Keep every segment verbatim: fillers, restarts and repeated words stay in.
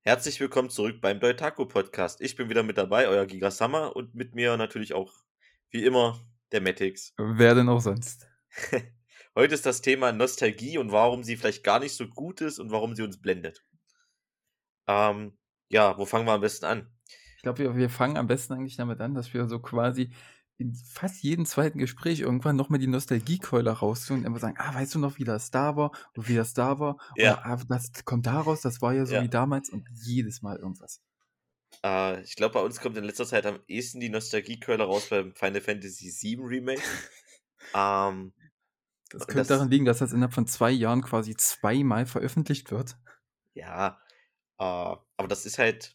Herzlich willkommen zurück beim Doitaku Podcast. Ich bin wieder mit dabei, euer Giga Summer und mit mir natürlich auch, wie immer, der Mattix. Wer denn auch sonst? Heute ist das Thema Nostalgie und warum sie vielleicht gar nicht so gut ist und warum sie uns blendet. Ähm, ja, wo fangen wir am besten an? Ich glaube, wir, wir fangen am besten eigentlich damit an, dass wir so quasi in fast jedem zweiten Gespräch irgendwann nochmal die Nostalgiekeule rausziehen und immer sagen, ah, weißt du noch, wie das da war und wie das da war? Ja, Oder ah, das kommt daraus, das war ja so ja. wie damals und jedes Mal irgendwas. Äh, ich glaube, bei uns kommt in letzter Zeit am ehesten die Nostalgiekeule raus beim Final Fantasy sieben Remake. ähm, Das und könnte das, daran liegen, dass das innerhalb von zwei Jahren quasi zweimal veröffentlicht wird. ja, äh, aber das ist halt,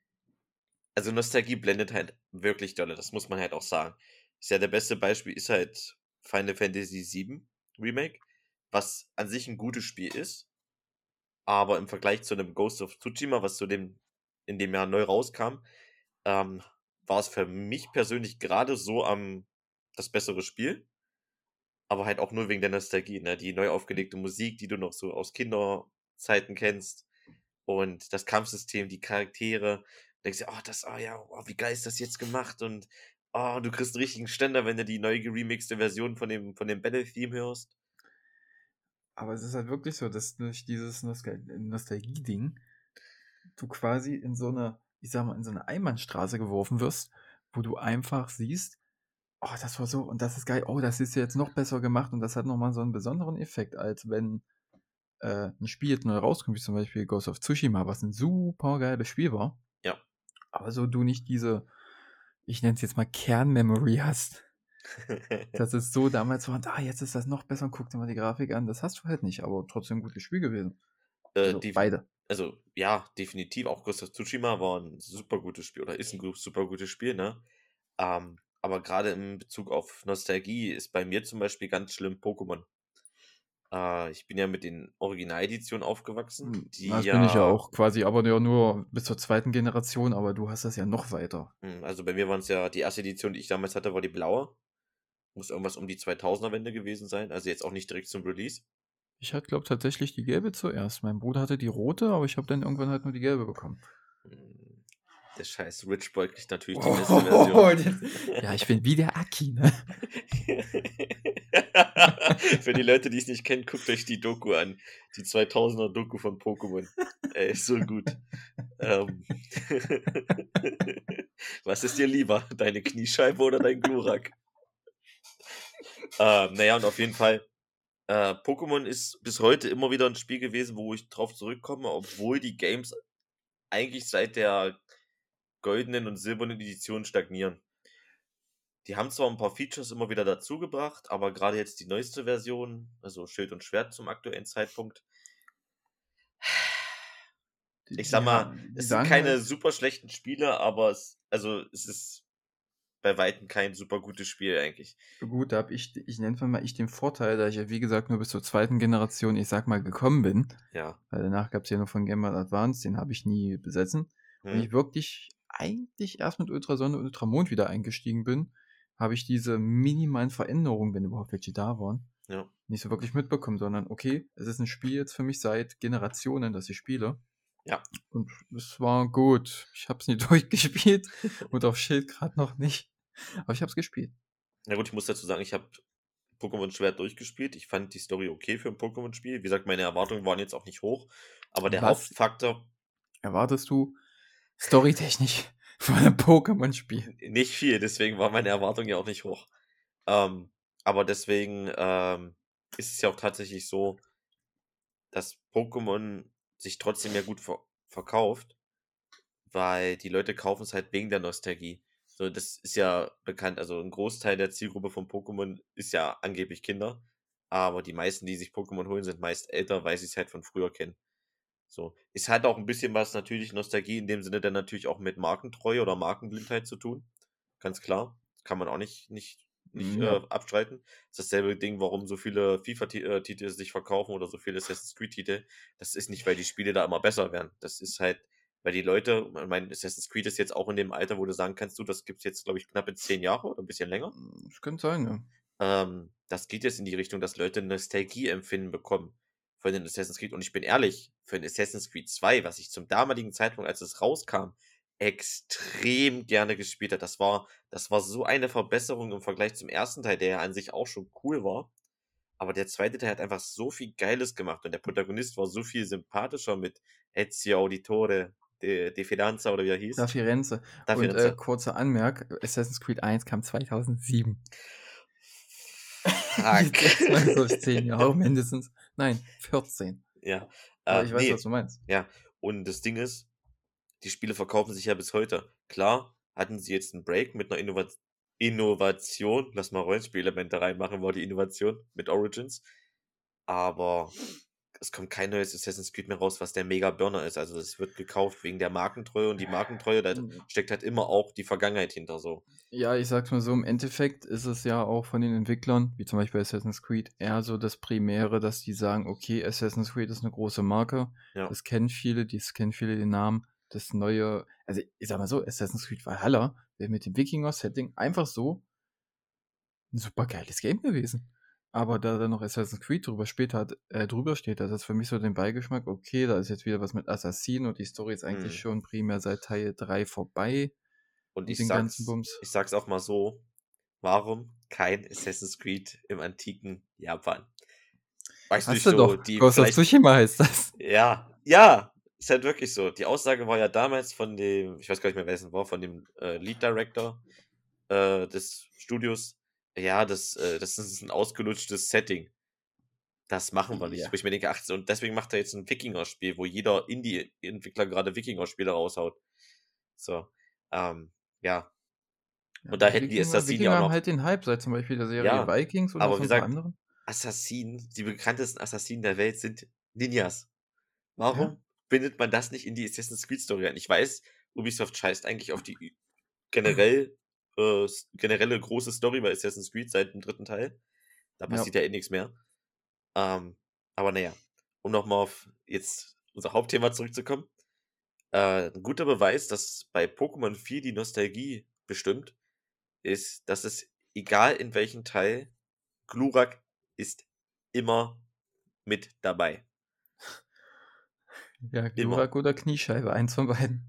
also Nostalgie blendet halt wirklich dolle, das muss man halt auch sagen. Ist ja der beste Beispiel ist halt Final Fantasy sieben Remake, was an sich ein gutes Spiel ist, aber im Vergleich zu einem Ghost of Tsushima, was zu dem in dem Jahr neu rauskam, ähm, war es für mich persönlich gerade so am das bessere Spiel, aber halt auch nur wegen der Nostalgie, ne? Die neu aufgelegte Musik, die du noch so aus Kinderzeiten kennst und das Kampfsystem, die Charaktere. Denkst du, oh, das, oh ja, oh, wie geil ist das jetzt gemacht und oh, du kriegst einen richtigen Ständer, wenn du die neu geremixte Version von dem, von dem Battle-Theme hörst. Aber es ist halt wirklich so, dass durch dieses Nostal Nostalgie-Ding du quasi in so eine, ich sag mal, in so eine Einbahnstraße geworfen wirst, wo du einfach siehst, oh, das war so und das ist geil, oh, das ist jetzt noch besser gemacht und das hat nochmal so einen besonderen Effekt, als wenn äh, ein Spiel jetzt neu rauskommt, wie zum Beispiel Ghost of Tsushima, was ein super geiles Spiel war, Ja. aber so du nicht diese, ich nenne es jetzt mal Kernmemory hast, dass es so damals war, und, ah, jetzt ist das noch besser und guck dir mal die Grafik an, das hast du halt nicht, aber trotzdem ein gutes Spiel gewesen. äh, Also die, beide. also, ja, definitiv. Auch Ghost of Tsushima war ein super gutes Spiel oder ist ein gu- super gutes Spiel, ne? Ähm, aber gerade in Bezug auf Nostalgie ist bei mir zum Beispiel ganz schlimm Pokémon. Äh, ich bin ja mit den Originaleditionen aufgewachsen, Hm, die Das bin ich ja ja, auch quasi, aber ja nur bis zur zweiten Generation, aber du hast das ja noch weiter. hm, also bei mir waren es ja, die erste Edition, die ich damals hatte, war die blaue. Muss irgendwas um die zweitausender-Wende gewesen sein, also jetzt auch nicht direkt zum Release. Ich hatte, glaube tatsächlich die gelbe zuerst. Mein Bruder hatte die rote, aber ich habe dann irgendwann halt nur die gelbe bekommen. Hm, Der scheiß Rich Boy kriegt natürlich die beste Version. Oh, das, ja, ich bin wie der Aki, ne? Für die Leute, die es nicht kennen, guckt euch die Doku an. Die zweitausender-Doku von Pokémon. Ey, ist so gut. Ähm. Was ist dir lieber? Deine Kniescheibe oder dein Glurak? Ähm, naja, und auf jeden Fall, äh, Pokémon ist bis heute immer wieder ein Spiel gewesen, wo ich drauf zurückkomme, obwohl die Games eigentlich seit der goldenen und silbernen Edition stagnieren. Die haben zwar ein paar Features immer wieder dazugebracht, aber gerade jetzt die neueste Version, also Schild und Schwert zum aktuellen Zeitpunkt, Die, ich die, sag ha- mal, die es sind sagen keine halt, super schlechten Spiele, aber es, also es ist bei Weitem kein super gutes Spiel eigentlich. gut, da habe ich, ich nenne mal ich den Vorteil, da ich ja wie gesagt nur bis zur zweiten Generation, ich sag mal, gekommen bin, Ja. weil danach gab es ja nur von Game Boy Advance, den habe ich nie besessen. Und Hm? ich wirklich eigentlich erst mit Ultrasonne und Ultramond wieder eingestiegen bin, habe ich diese minimalen Veränderungen, wenn überhaupt welche da waren, Ja. nicht so wirklich mitbekommen, sondern okay, es ist ein Spiel jetzt für mich seit Generationen, dass ich spiele. Ja. Und es war gut. Ich habe es nie durchgespielt und auf Schild gerade noch nicht. Aber ich habe es gespielt. Na gut, ich muss dazu sagen, ich habe Pokémon Schwert durchgespielt. Ich fand die Story okay für ein Pokémon-Spiel. Wie gesagt, meine Erwartungen waren jetzt auch nicht hoch. Aber der Was Hauptfaktor, erwartest du storytechnisch von einem Pokémon-Spiel? nicht viel, deswegen war meine Erwartung ja auch nicht hoch. Ähm, aber deswegen ähm, ist es ja auch tatsächlich so, dass Pokémon sich trotzdem ja gut ver verkauft, weil die Leute kaufen es halt wegen der Nostalgie. So, das ist ja bekannt. Also ein Großteil der Zielgruppe von Pokémon ist ja angeblich Kinder. Aber die meisten, die sich Pokémon holen, sind meist älter, weil sie es halt von früher kennen. So. Ist halt auch ein bisschen was natürlich Nostalgie in dem Sinne dann natürlich auch mit Markentreue oder Markenblindheit zu tun. Ganz klar. Kann man auch nicht, nicht, nicht äh, Ja, abstreiten. Das ist dasselbe Ding, warum so viele FIFA-Titel sich verkaufen oder so viele Assassin's Creed-Titel. Das ist nicht, weil die Spiele da immer besser werden. Das ist halt, weil die Leute, ich meine, Assassin's Creed ist jetzt auch in dem Alter, wo du sagen kannst, du, das gibt's jetzt, glaube ich, knapp in zehn Jahre oder ein bisschen länger. das könnte sein, ja. Ähm, das geht jetzt in die Richtung, dass Leute Nostalgie-Empfinden bekommen von den Assassin's Creed. Und ich bin ehrlich, für ein Assassin's Creed zwei, was ich zum damaligen Zeitpunkt, als es rauskam, extrem gerne gespielt habe. Das war, das war so eine Verbesserung im Vergleich zum ersten Teil, der ja an sich auch schon cool war. Aber der zweite Teil hat einfach so viel Geiles gemacht und der Protagonist war so viel sympathischer mit Ezio Auditore de, de Fidanza oder wie er hieß. Da Firenze. Da Und äh, Firenze. kurzer Anmerk, Assassin's Creed eins kam zweitausendsieben. Fuck. Jetzt setzt man so zehn Jahre mindestens. Nein, vierzehn. Ja. Aber Äh, ich weiß, nee. was du meinst. Ja. Und das Ding ist, die Spiele verkaufen sich ja bis heute. Klar, hatten sie jetzt einen Break mit einer Innova Innovation. Lass mal Rollenspielelemente reinmachen, war die Innovation mit Origins. Aber es kommt kein neues Assassin's Creed mehr raus, was der Mega-Burner ist. Also es wird gekauft wegen der Markentreue und die Markentreue, da steckt halt immer auch die Vergangenheit hinter so. Ja, ich sag's mal so, im Endeffekt ist es ja auch von den Entwicklern, wie zum Beispiel Assassin's Creed, eher so das Primäre, dass die sagen, okay, Assassin's Creed ist eine große Marke, Ja. das kennen viele, das kennen viele den Namen, das neue, also ich sag mal so, Assassin's Creed Valhalla wäre mit dem Wikinger-Setting einfach so ein super geiles Game gewesen. Aber da dann noch Assassin's Creed drüber, später, äh, drüber steht, das ist für mich so den Beigeschmack, okay, da ist jetzt wieder was mit Assassinen und die Story ist eigentlich Mhm. schon primär seit Teil drei vorbei. Und Und ich den ganzen sag's, Bums. ich sag's auch mal so, warum kein Assassin's Creed im antiken Japan? Weißt du Hast nicht du so, doch. die Ghost of vielleicht, Tsushima heißt das. ja, ja, ist halt wirklich so. Die Aussage war ja damals von dem, ich weiß gar nicht mehr, wer es war, von dem äh, Lead Director äh, des Studios, ja, das, äh, das ist ein ausgelutschtes Setting. Das machen wir nicht. Ja. Wo ich mir denke, ach, so, und deswegen macht er jetzt ein Wikinger-Spiel, wo jeder Indie-Entwickler gerade Wikinger-Spiele raushaut. So, ähm, ja. Ja, Und da die hätten die Wikinger, Assassinen ja Wikinger auch haben noch, halt den Hype seit zum Beispiel der Serie ja, Vikings und noch aber so wie ein paar gesagt, anderen. Assassinen, die bekanntesten Assassinen der Welt sind Ninjas. Ja. Warum bindet man das nicht in die Assassin's Creed Story ein? Ich weiß, Ubisoft scheißt eigentlich auf die ü- generell, äh, s- generelle große Story bei Assassin's Creed seit dem dritten Teil. Da Ja. passiert ja, eh nichts mehr. Ähm, aber naja, um nochmal auf jetzt unser Hauptthema zurückzukommen. Äh, ein guter Beweis, dass bei Pokémon vier die Nostalgie bestimmt, ist, dass es, egal in welchem Teil, Glurak ist immer mit dabei. Ja, Immer. Glurak oder Kniescheibe, eins von beiden.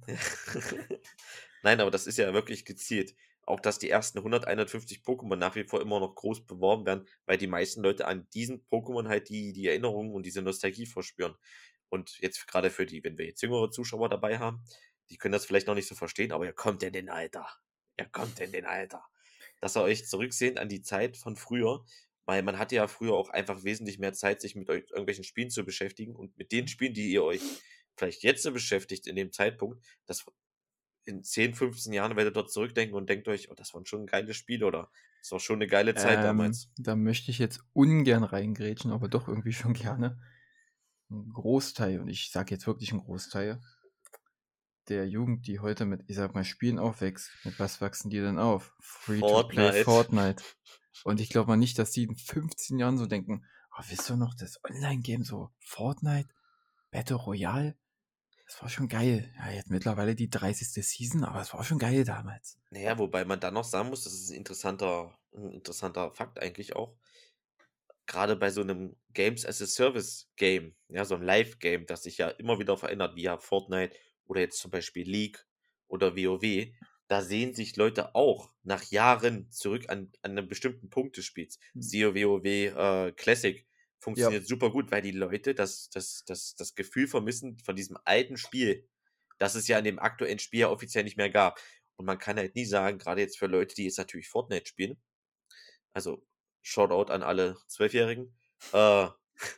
Nein, aber das ist ja wirklich gezielt. Auch dass die ersten hundert, hundertfünfzig Pokémon nach wie vor immer noch groß beworben werden, weil die meisten Leute an diesen Pokémon halt die, die Erinnerungen und diese Nostalgie verspüren. Und jetzt gerade für die, wenn wir jetzt jüngere Zuschauer dabei haben, die können das vielleicht noch nicht so verstehen, aber ihr kommt in den Alter. Ihr kommt in den Alter. Dass ihr euch zurücksehnt an die Zeit von früher, weil man hatte ja früher auch einfach wesentlich mehr Zeit, sich mit euch, irgendwelchen Spielen zu beschäftigen und mit den Spielen, die ihr euch vielleicht jetzt so beschäftigt in dem Zeitpunkt, das in zehn, fünfzehn Jahren werdet ihr dort zurückdenken und denkt euch, oh, das waren schon ein geiles Spiel oder das war schon eine geile Zeit Ähm, damals. da möchte ich jetzt ungern reingrätschen, aber doch irgendwie schon gerne. Ein Großteil, und ich sage jetzt wirklich ein Großteil, der Jugend, die heute mit, ich sag mal, Spielen aufwächst, mit was wachsen die denn auf? Free-to-play Fortnite. Fortnite. Und ich glaube mal nicht, dass die in fünfzehn Jahren so denken, oh, wisst ihr noch, das Online-Game so Fortnite, Battle Royale, das war schon geil. Ja, jetzt mittlerweile die dreißigste Season, aber es war schon geil damals. Naja, wobei man dann noch sagen muss, das ist ein interessanter, ein interessanter Fakt eigentlich auch. Gerade bei so einem Games as a Service Game, ja, so ein Live-Game, das sich ja immer wieder verändert, wie ja Fortnite oder jetzt zum Beispiel League oder WoW, da sehen sich Leute auch nach Jahren zurück an, an einem bestimmten Punkt des Spiels. Hm. Siehe WoW äh, Classic funktioniert Ja. super gut, weil die Leute das, das, das, das Gefühl vermissen von diesem alten Spiel, das es ja in dem aktuellen Spiel ja offiziell nicht mehr gab. Und man kann halt nie sagen, gerade jetzt für Leute, die jetzt natürlich Fortnite spielen, also Shoutout an alle Zwölfjährigen, äh,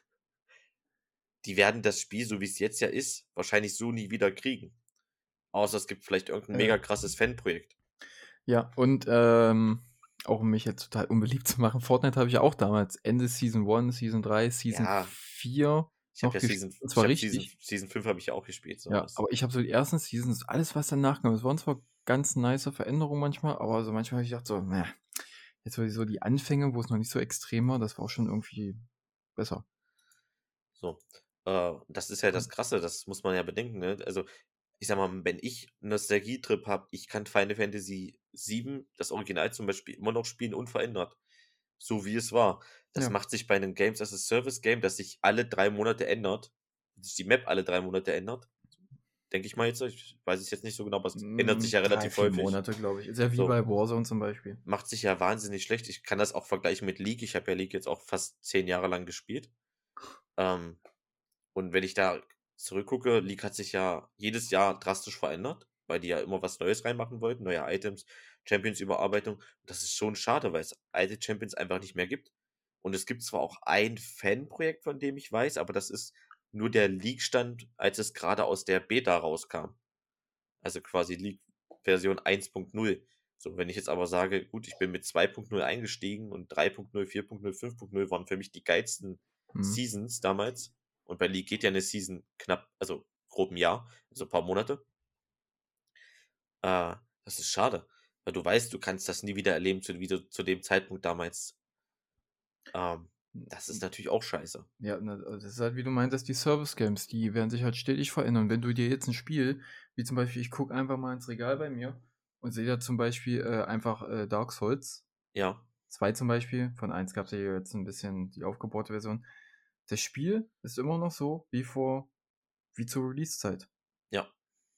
die werden das Spiel, so wie es jetzt ja ist, wahrscheinlich so nie wieder kriegen. Außer es gibt vielleicht irgendein Äh. mega krasses Fanprojekt. Ja, und ähm, auch um mich jetzt total unbeliebt zu machen, Fortnite habe ich ja auch damals Ende Season eins, Season drei, Season Ja. vier Ich habe noch ja gespielt. Season, Das ich war hab richtig. Season, Season fünf habe ich ja auch gespielt. So Ja, das. aber ich habe so die ersten Seasons, alles was danach kam, es waren zwar ganz nice Veränderungen manchmal, aber so manchmal habe ich gedacht so, naja, jetzt so die, so die Anfänge, wo es noch nicht so extrem war, das war auch schon irgendwie besser. So. Äh, das ist ja das Krasse, das muss man ja bedenken, ne? Also, ich sag mal, wenn ich einen Nostalgie-Trip habe, ich kann Final Fantasy sieben, das Original zum Beispiel, immer noch spielen, unverändert. so wie es war. Das Ja. macht sich bei einem Games as a Service Game, das sich alle drei Monate ändert, sich die Map alle drei Monate ändert, denke ich mal jetzt. Ich weiß es jetzt nicht so genau, aber es ändert sich Hm, ja drei, relativ vier häufig. Monate, glaube ich. Ist ja wie So, bei Warzone zum Beispiel. macht sich ja wahnsinnig schlecht. Ich kann das auch vergleichen mit League. Ich habe ja League jetzt auch fast zehn Jahre lang gespielt. Ähm, und wenn ich da zurückgucke, League hat sich ja jedes Jahr drastisch verändert, weil die ja immer was Neues reinmachen wollten, neue Items, Champions-Überarbeitung. Das ist schon schade, weil es alte Champions einfach nicht mehr gibt. Und es gibt zwar auch ein Fanprojekt, von dem ich weiß, aber das ist nur der League-Stand, als es gerade aus der Beta rauskam. Also quasi League Version eins Punkt null. So, wenn ich jetzt aber sage, gut, ich bin mit zwei Punkt null eingestiegen und drei Punkt null, vier Punkt null, fünf Punkt null waren für mich die geilsten Hm. Seasons damals. Und bei League geht ja eine Season knapp, also grob ein Jahr, also ein paar Monate. Äh, das ist schade, weil du weißt, du kannst das nie wieder erleben zu, wie du, zu dem Zeitpunkt damals. Ähm, das ist natürlich auch scheiße. Ja, na, also das ist halt, wie du meintest, die Service-Games, die werden sich halt stetig verändern. Wenn du dir jetzt ein Spiel, wie zum Beispiel, ich gucke einfach mal ins Regal bei mir und sehe da zum Beispiel äh, einfach äh, Dark Souls Ja, zwei zum Beispiel, von eins gab es ja jetzt ein bisschen die aufgebaute Version. Das Spiel ist immer noch so wie vor, wie zur Release-Zeit. ja,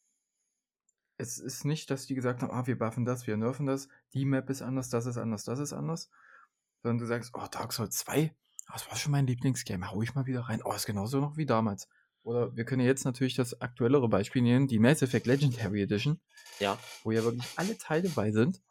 Es ist nicht, dass die gesagt haben, ah, wir buffen das, wir nerven das, die Map ist anders, das ist anders, das ist anders. Sondern du sagst, oh, Dark Souls zwei, ah, das war schon mein Lieblingsgame, hau ich mal wieder rein. Oh, ist genauso noch wie damals. Oder wir können ja jetzt natürlich das aktuellere Beispiel nehmen, die Mass Effect Legendary Edition, ja. wo ja wirklich alle Teile bei sind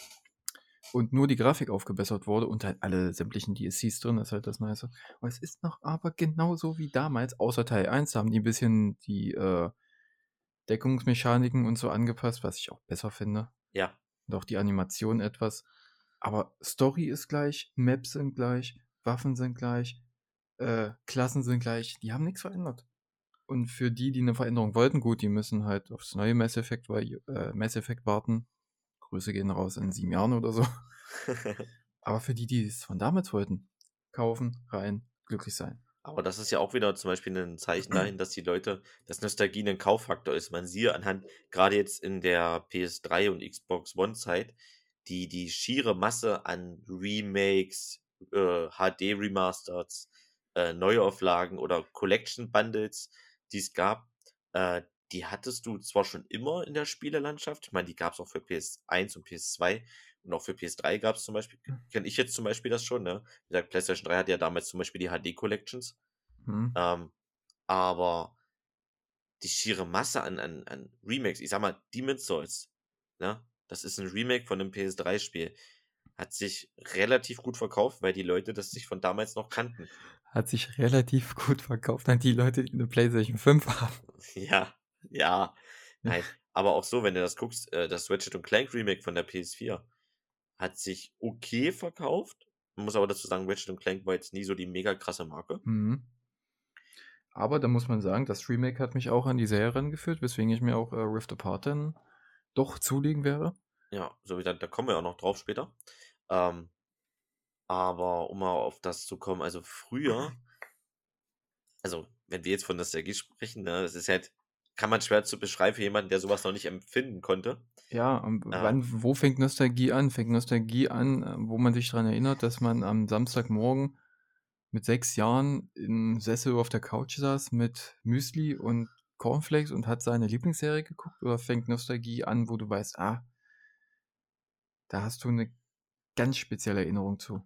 und nur die Grafik aufgebessert wurde und halt alle sämtlichen D L Cs drin, ist halt das Nice. Und es ist noch aber genauso wie damals, außer Teil eins, da haben die ein bisschen die äh, Deckungsmechaniken und so angepasst, was ich auch besser finde. Ja. Und auch die Animation etwas. Aber Story ist gleich, Maps sind gleich, Waffen sind gleich, äh, Klassen sind gleich. Die haben nichts verändert. Und für die, die eine Veränderung wollten, gut, die müssen halt aufs neue Mass Effect, äh, Mass Effect warten. Grüße gehen raus in sieben Jahren oder so. Aber für die, die es von damals wollten, kaufen, rein, glücklich sein. Aber das ist ja auch wieder zum Beispiel ein Zeichen dahin, dass die Leute, dass Nostalgie ein Kauffaktor ist. Man siehe anhand, gerade jetzt in der P S drei und Xbox One-Zeit, die, die schiere Masse an Remakes, äh, H D-Remasters, äh, Neuauflagen oder Collection-Bundles, die es gab, äh, die hattest du zwar schon immer in der Spielelandschaft. Ich meine, die gab es auch für P S eins und P S zwei und auch für P S drei gab es zum Beispiel, kenne ich jetzt zum Beispiel das schon, ne? Wie gesagt, PlayStation drei hatte ja damals zum Beispiel die H D-Collections. Hm. Ähm, aber die schiere Masse an, an, an Remakes, ich sag mal, Demon's Souls, ne? Das ist ein Remake von einem P S drei Spiel. Hat sich relativ gut verkauft, weil die Leute das sich von damals noch kannten. Hat sich relativ gut verkauft an die Leute, die eine PlayStation fünf haben. Ja, ja. Nein, aber auch so, wenn du das guckst, äh, das Ratchet und Clank Remake von der P S vier hat sich okay verkauft. Man muss aber dazu sagen, Ratchet und Clank war jetzt nie so die mega krasse Marke. Mhm. Aber da muss man sagen, das Remake hat mich auch an die Serie rangeführt, weswegen ich mir auch äh, Rift Apart dann doch zulegen werde. Ja, so wie da, da kommen wir auch noch drauf später. Ähm, aber um mal auf das zu kommen, also früher, also wenn wir jetzt von Nostalgie sprechen, ne, das ist halt, kann man schwer zu beschreiben für jemanden, der sowas noch nicht empfinden konnte. Ja, und Äh, wann, wo fängt Nostalgie an? Fängt Nostalgie an, äh, wo man sich daran erinnert, dass man am Samstagmorgen mit sechs Jahren im Sessel auf der Couch saß mit Müsli und Cornflakes und hat seine Lieblingsserie geguckt? Oder fängt Nostalgie an, wo du weißt, ah, da hast du eine ganz spezielle Erinnerung zu?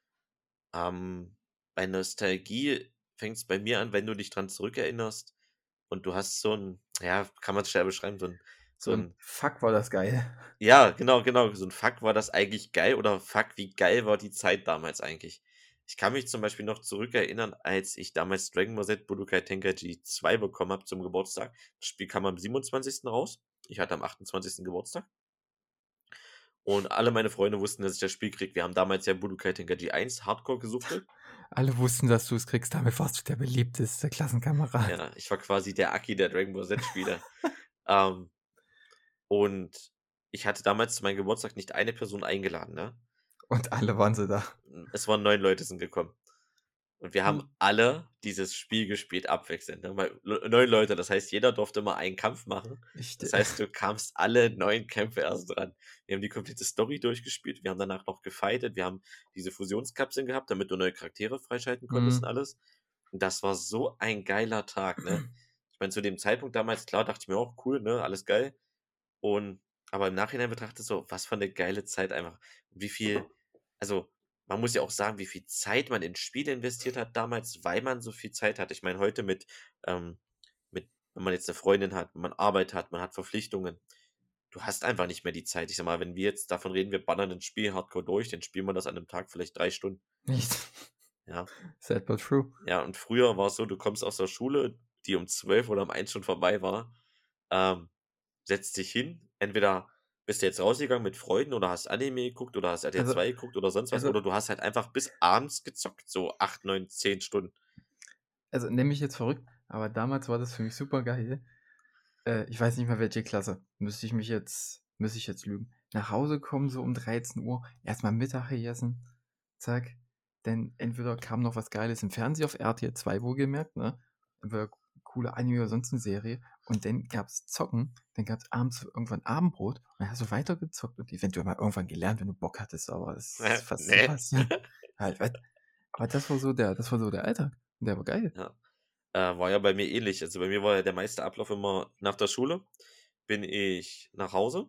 ähm, bei Nostalgie fängt es bei mir an, wenn du dich dran zurückerinnerst und du hast so ein, ja, kann man es schwer beschreiben, so ein, So so ein ein, Fuck war das geil. ja, genau, genau, so ein Fuck, war das eigentlich geil oder Fuck, wie geil war die Zeit damals eigentlich? Ich kann mich zum Beispiel noch zurückerinnern, als ich damals Dragon Ball Z Budokai Tenkaichi zwei bekommen habe zum Geburtstag. Das Spiel kam am siebenundzwanzigsten raus. Ich hatte am achtundzwanzigsten Geburtstag. Und alle meine Freunde wussten, dass ich das Spiel kriege. Wir haben damals ja Budokai Tenkaichi eins Hardcore gesuchtet. Alle wussten, dass du es kriegst, damit warst du der beliebteste Klassenkamerad. Ja, ich war quasi der Aki der Dragon Ball Z-Spieler. ähm, und ich hatte damals zu meinem Geburtstag nicht eine Person eingeladen, ne? Und alle waren sie da. Es waren neun Leute sind gekommen. Und wir haben Hm. alle dieses Spiel gespielt abwechselnd, ne? Weil l neun Leute, das heißt, jeder durfte immer einen Kampf machen. Ich Das de heißt, du kamst alle neun Kämpfe erst dran. Wir haben die komplette Story durchgespielt, wir haben danach noch gefightet, wir haben diese Fusionskapseln gehabt, damit du neue Charaktere freischalten konntest und Mhm. alles. Und das war so ein geiler Tag, ne? Ich meine, zu dem Zeitpunkt damals, klar, dachte ich mir auch: „Cool, ne, alles geil.“ Und aber im Nachhinein betrachtet so, was für 'ne geile Zeit einfach. Wie viel also, man muss ja auch sagen, wie viel Zeit man in Spiele investiert hat damals, weil man so viel Zeit hatte. Ich meine, heute mit, ähm mit wenn man jetzt 'ne Freundin hat, wenn man Arbeit hat, man hat Verpflichtungen. Du hast einfach nicht mehr die Zeit. Ich sage mal, wenn wir jetzt davon reden, wir ballern 'n Spiel hardcore durch, dann spielt man das an 'nem Tag vielleicht drei Stunden. Echt? Ja. Sad but true. Ja, und früher war's so, du kommst aus der Schule, die um zwölf oder um eins schon vorbei war, ähm, setzt dich hin. Entweder bist du jetzt rausgegangen mit Freunden oder hast Anime geguckt oder hast RTL Also zwei geguckt oder sonst was, also oder du hast halt einfach bis abends gezockt, so acht, neun, zehn Stunden. also, nenn mich jetzt verrückt, aber damals war das für mich supergeil. Äh, ich weiß nicht mehr, welche Klasse. Müsste ich mich jetzt müsste ich jetzt lügen. Nach Hause kommen so um dreizehn Uhr, erst mal Mittag gegessen, zack. Dann entweder kam noch was Geiles im Fernsehen auf R T L zwei wohlgemerkt, ne? Entweder coole Anime oder sonst 'ne Serie. Und dann gab's Zocken, dann gab's abends irgendwann Abendbrot und dann hast du weitergezockt und eventuell mal irgendwann gelernt, wenn du Bock hattest, aber das ist fast zu Ne. passieren. Halt, was? Aber das war so der das war so der Alltag und der war geil. Ja. Äh, war ja bei mir ähnlich. Also, bei mir war ja der meiste Ablauf immer nach der Schule bin ich nach Hause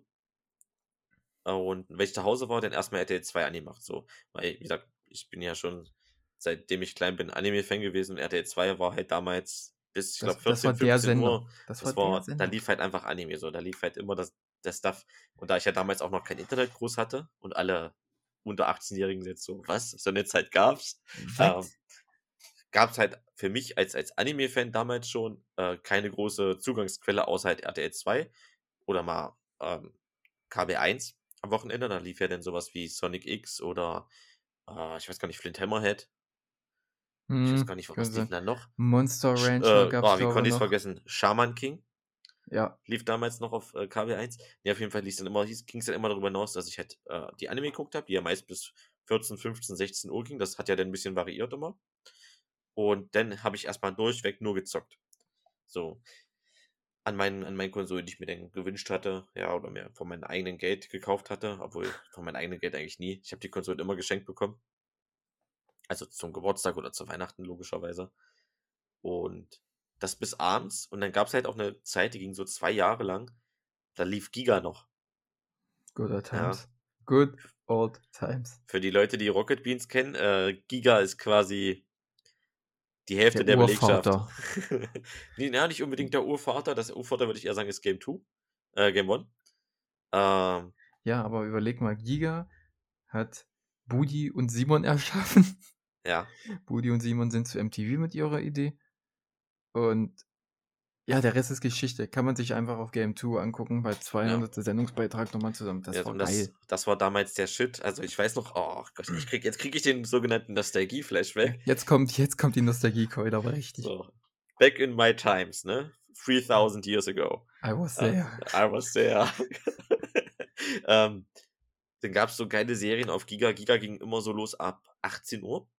und wenn ich zu Hause war, dann erst mal RTL zwei angemacht, so. Weil, wie gesagt, ich bin ja schon, seitdem ich klein bin, Anime-Fan gewesen und RTL zwei war halt damals bis, ich glaube, Das das war vierzehn, der fünfzehn Sender. Uhr. Das war Das der war da Sender. lief halt einfach Anime so. Da lief halt immer das der Stuff. Und da ich ja damals auch noch kein Internet groß hatte und alle unter achtzehn-Jährigen jetzt so: „Was? So 'ne Zeit gab's?“ Ähm, Was? gab's halt für mich als als Anime-Fan damals schon, äh, keine große Zugangsquelle außer halt RTL zwei oder mal, ähm, K B eins am Wochenende. Da lief ja dann so was wie Sonic X oder, äh, ich weiß gar nicht, Flint Hammerhead. Ich weiß gar Mhm, nicht, wa kann was lief sein. 'n da noch? Monster Sch Rancher äh, gab's, oh, wie glaube konnte ich's noch. vergessen? Shaman King Ja. lief damals noch auf, äh, K B eins. Ja, auf jeden Fall lief's dann immer hieß ging's dann immer darüber hinaus, dass ich halt, äh, die Anime geguckt habe, die ja meist bis vierzehn, fünfzehn, sechzehn Uhr ging. Das hat ja dann 'n bisschen variiert immer. Und dann habe ich erst mal durchweg nur gezockt. So. An meinen an meinen Konsolen, die ich mir dann gewünscht hatte, ja, oder mir von meinem eigenen Geld gekauft hatte, obwohl von meinem eigenen Geld eigentlich nie. Ich habe die Konsolen immer geschenkt bekommen. Also, zum Geburtstag oder zu Weihnachten logischerweise. Und das bis abends und dann gab's halt auch 'ne Zeit, die ging so zwei Jahre lang, da lief Giga noch. Good old Ja. times. Good old times. Für die Leute, die Rocket Beans kennen, äh, Giga ist quasi die Hälfte Der der Belegschaft. Urvater. Ne, ja, nicht unbedingt der Urvater. Das Urvater würde ich eher sagen, ist Game zwei, äh, Game one. Ähm Ja, aber überleg mal, Giga hat Budi und Simon erschaffen. Ja. Budi und Simon sind zu M T V mit ihrer Idee. Und ja, der Rest ist Geschichte. Kann man sich einfach auf Game zwei angucken, bei Ja. zweihundertste Sendungsbeitrag noch mal zusammen. Ja, Das war und das geil. das war damals der Shit. Also, ich weiß noch oh Gott, ich kriege jetzt kriege ich den sogenannten Ja, Nostalgie-Flashback. jetzt kommt jetzt kommt die Nostalgiekeule, aber richtig. So. Back in my times, ne? three thousand years ago. I was Äh, there. I was there. Ähm, dann gab's so geile Serien auf Giga. Giga ging immer so los ab achtzehn Uhr.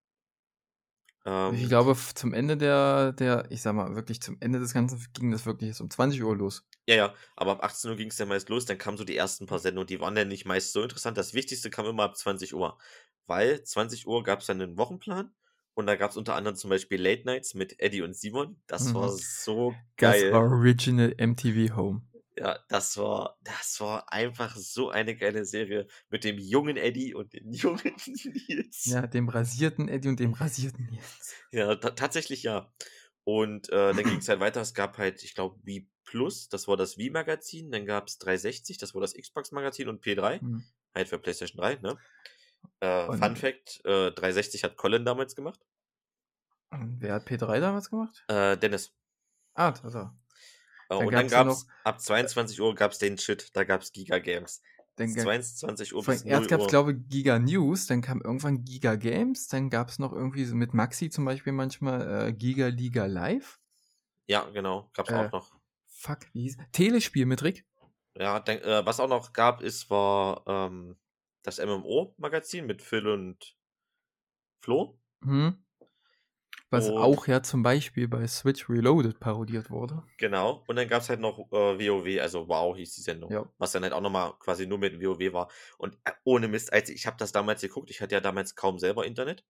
Ich Ähm glaube, f zum Ende der der ich sage mal, wirklich zum Ende des Ganzen ging das wirklich erst um zwanzig Uhr los. Ja, ja, aber ab achtzehn Uhr ging's dann meist los. Dann kamen so die ersten paar Sendungen, die waren dann nicht meist so interessant. Das Wichtigste kam immer ab zwanzig Uhr, weil zwanzig Uhr gab's dann 'nen Wochenplan und da gab's unter anderem zum Beispiel Late Nights mit Eddie und Simon. Das war Mhm. so Das geil. Original M T V Home. Ja, das war das war einfach so eine geile Serie mit dem jungen Eddie und dem jungen Nils. Ja, dem rasierten Eddie und dem rasierten Nils. Ja, ta tatsächlich ja. Und, äh, dann ging's halt weiter. Es gab halt, ich glaube, Wii+ das war das Wii-Magazin. Dann gab's dreihundertsechzig, das war das Xbox-Magazin und P drei, Mhm. halt für PlayStation drei, ne? Äh, Fun Und Fact, äh, dreihundertsechzig hat Colin damals gemacht. Und wer hat P drei damals gemacht? Äh, Dennis. Ah, Tata. Äh, Dann und dann gab's ja noch gab's ab äh zweiundzwanzig Uhr gab's den Shit, da gab's Giga Games. Dann ga zweiundzwanzig Uhr vor bis allem null erst gab's, Uhr. glaube Giga News, dann kam irgendwann Giga Games, dann gab's noch irgendwie so mit Maxi zum Beispiel manchmal, äh, Giga Liga Live. Ja, genau, gab's Äh, auch noch. fuck, wie hieß Telespiel mit Rick. Ja, dann äh, was auch noch gab, ist war, ähm, das MMO-Magazin mit Phil und Flo. Mhm. Was Und auch ja zum Beispiel bei Switch Reloaded parodiert wurde. genau, und dann gab es halt noch äh, WoW, also WoW hieß die Sendung, Ja. was dann halt auch nochmal quasi nur mit WoW war. Und äh, ohne Mist, als ich habe das damals geguckt, ich hatte ja damals kaum selber Internet,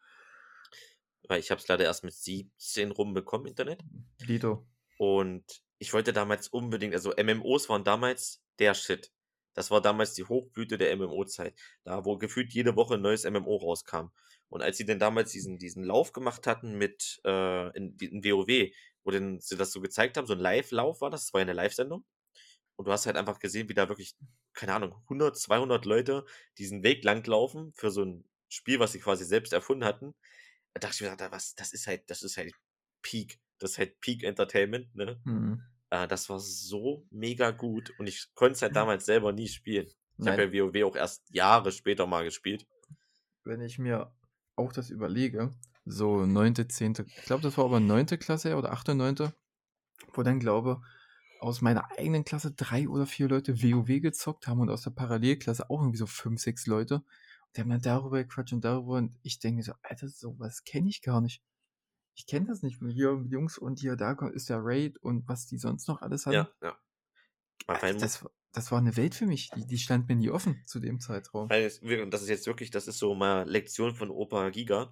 weil ich habe es leider erst mit siebzehn rum bekommen, Internet. Dito. Und ich wollte damals unbedingt, also M M Os waren damals der Shit. Das war damals die Hochblüte der M M O-Zeit, da wo gefühlt jede Woche ein neues M M O rauskam. Und als sie denn damals diesen, diesen Lauf gemacht hatten mit äh, in, in WoW, wo denn sie das so gezeigt haben, so ein Live-Lauf war das, das war ja eine Live-Sendung. Und du hast halt einfach gesehen, wie da wirklich, keine Ahnung, hundert, zweihundert Leute diesen Weg langlaufen für so ein Spiel, was sie quasi selbst erfunden hatten. Da dachte ich mir, Alter, was, das ist halt, das ist halt Peak. Das ist halt Peak Entertainment, ne? Mhm. Äh, das war so mega gut und ich konnte es halt damals selber nie spielen. Ich habe Nein, ja WoW auch erst Jahre später mal gespielt. wenn ich mir auch das überlege, so neunte, zehnte, ich glaube, das war aber neunte Klasse oder achte, neunte, wo dann, glaube aus meiner eigenen Klasse drei oder vier Leute WoW gezockt haben und aus der Parallelklasse auch irgendwie so fünf, sechs Leute. Und die haben dann darüber gequatscht und darüber und ich denke mir so, Alter, sowas kenne ich gar nicht. Ich kenne das nicht. Hier mit Jungs und hier, da kommt- ist der Raid und was die sonst noch alles hatten. Ja, ja. Man, Alter, das, war- das war eine Welt für mich. Die, die stand mir nie offen zu dem Zeitraum. weil es wir- das ist jetzt wirklich, das ist so mal Lektion von Opa Giga.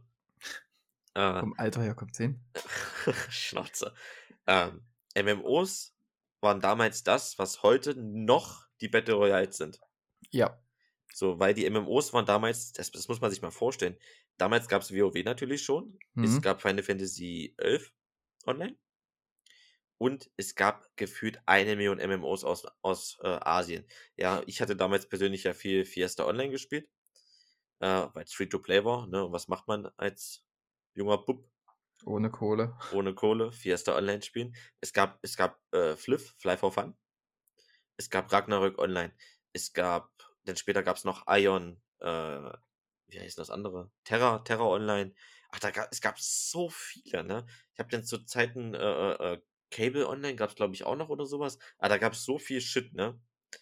Äh, Vom Alter her kommt's hin. Schnauze. Ähm, M M Os waren damals das, was heute noch die Battle Royals sind. Ja. So, weil die M M Os waren damals, das, das muss man sich mal vorstellen. Damals gab es WoW natürlich schon. Es Mhm. gab Final Fantasy elf online. Und es gab gefühlt eine Million M M Os aus, aus äh, Asien. Ja, ich hatte damals persönlich ja viel Fiesta Online gespielt, äh, weil es Free-to-Play war. Ne? Und was macht man als junger Bub Ohne Kohle. ohne Kohle? Fiesta Online spielen. Es gab, es gab äh, Fliff, Fly for Fun. Es gab Ragnarök Online. Es gab, dann später gab es noch Ion, äh, wie heißt das andere? Terra, Terra Online. Ach, da gab, es gab so viele, ne? Ich habe dann zu Zeiten äh, äh, äh, Cable Online gab es, glaube ich, auch noch oder sowas. Aber da gab es so viel Shit, ne?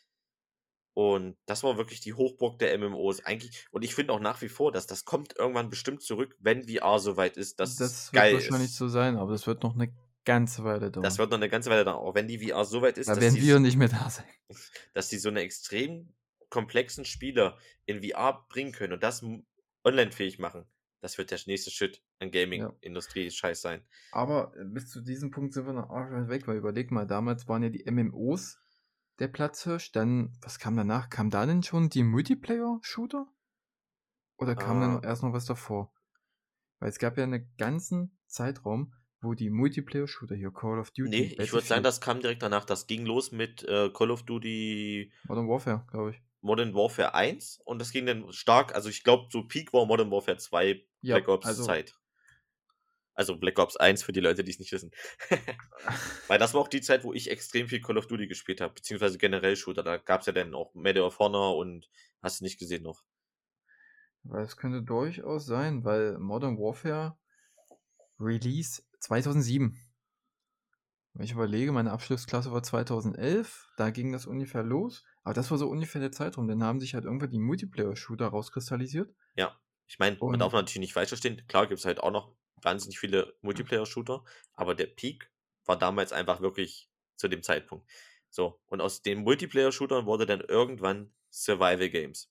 Und das war wirklich die Hochburg der M M Os eigentlich. Und ich finde auch nach wie vor, dass das kommt irgendwann bestimmt zurück, wenn V R so weit ist, dass es Das wird geil wahrscheinlich ist. so sein, aber das wird noch eine ganze Weile Das dauern. wird noch eine ganze Weile dauern, auch wenn die V R so weit ist, Da dass werden die wir nicht mehr da sein. dass die so eine extrem komplexen Spieler in V R bringen können und das m- online-fähig machen. Das wird der nächste Shit an Ja. Gaming-Industrie-Scheiß sein. Aber äh, bis zu diesem Punkt sind wir noch arg weit weg, weil überleg mal, damals waren ja die M M Os der Platzhirsch. Dann, was kam danach? Kam da denn schon die Multiplayer-Shooter? Oder kam da Äh, noch erst noch was davor? Weil es gab ja einen ganzen Zeitraum, wo die Multiplayer-Shooter hier, Call of Duty, nee, ich würde sagen, Battlefield, das kam direkt danach. Das ging los mit äh, Call of Duty Modern Warfare, glaube ich. Modern Warfare eins und das ging dann stark, also ich glaube, so Peak war Modern Warfare zwei Ja, Black Ops also Zeit. Also Black Ops eins für die Leute, die es nicht wissen. Weil das war auch die Zeit, wo ich extrem viel Call of Duty gespielt habe, beziehungsweise generell Shooter. Da gab es ja dann auch Medal of Honor und hast du nicht gesehen noch. weil es könnte durchaus sein, weil Modern Warfare Release zweitausendsieben. Wenn ich überlege, meine Abschlussklasse war zweitausendelf, da ging das ungefähr los. Aber das war so ungefähr der Zeitraum. Dann haben sich halt irgendwann die Multiplayer-Shooter rauskristallisiert. Ja, ich meine, man darf Und natürlich nicht falsch verstehen. Klar gibt es halt auch noch wahnsinnig viele Multiplayer-Shooter, aber der Peak war damals einfach wirklich zu dem Zeitpunkt. So, und aus den Multiplayer-Shootern wurde dann irgendwann Survival Games.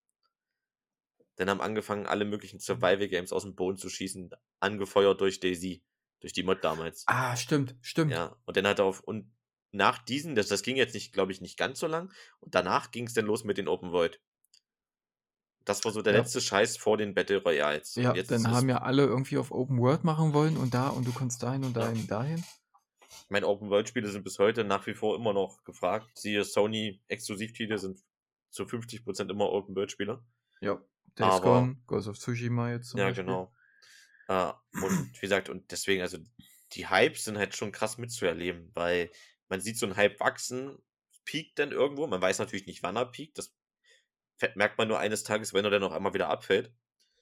Dann haben angefangen, alle möglichen Survival Games aus dem Boden zu schießen, angefeuert durch DayZ, durch die Mod damals. ah, stimmt, stimmt. Ja, und dann hat er auf, und nach diesen, das, das ging jetzt nicht, glaube ich, nicht ganz so lang, und danach ging es dann los mit den Open World. Das war so der Ja, letzte Scheiß vor den Battle Royals. Und ja, jetzt ist dann haben es, ja alle irgendwie auf Open World machen wollen und da und du kannst dahin und ja, dahin, dahin. ich meine, Open World Spiele sind bis heute nach wie vor immer noch gefragt. Siehe Sony Exklusivtitel sind zu fünfzig Prozent immer Open World Spiele. Ja, Days Aber, Gone, Ghost of Tsushima jetzt zum ja, Beispiel. genau. Äh, und wie gesagt, und deswegen, also die Hypes sind halt schon krass mitzuerleben, weil man sieht so einen Hype wachsen, piekt dann irgendwo. Man weiß natürlich nicht, wann er piekt. Das fe- merkt man nur eines Tages, wenn er dann auch einmal wieder abfällt.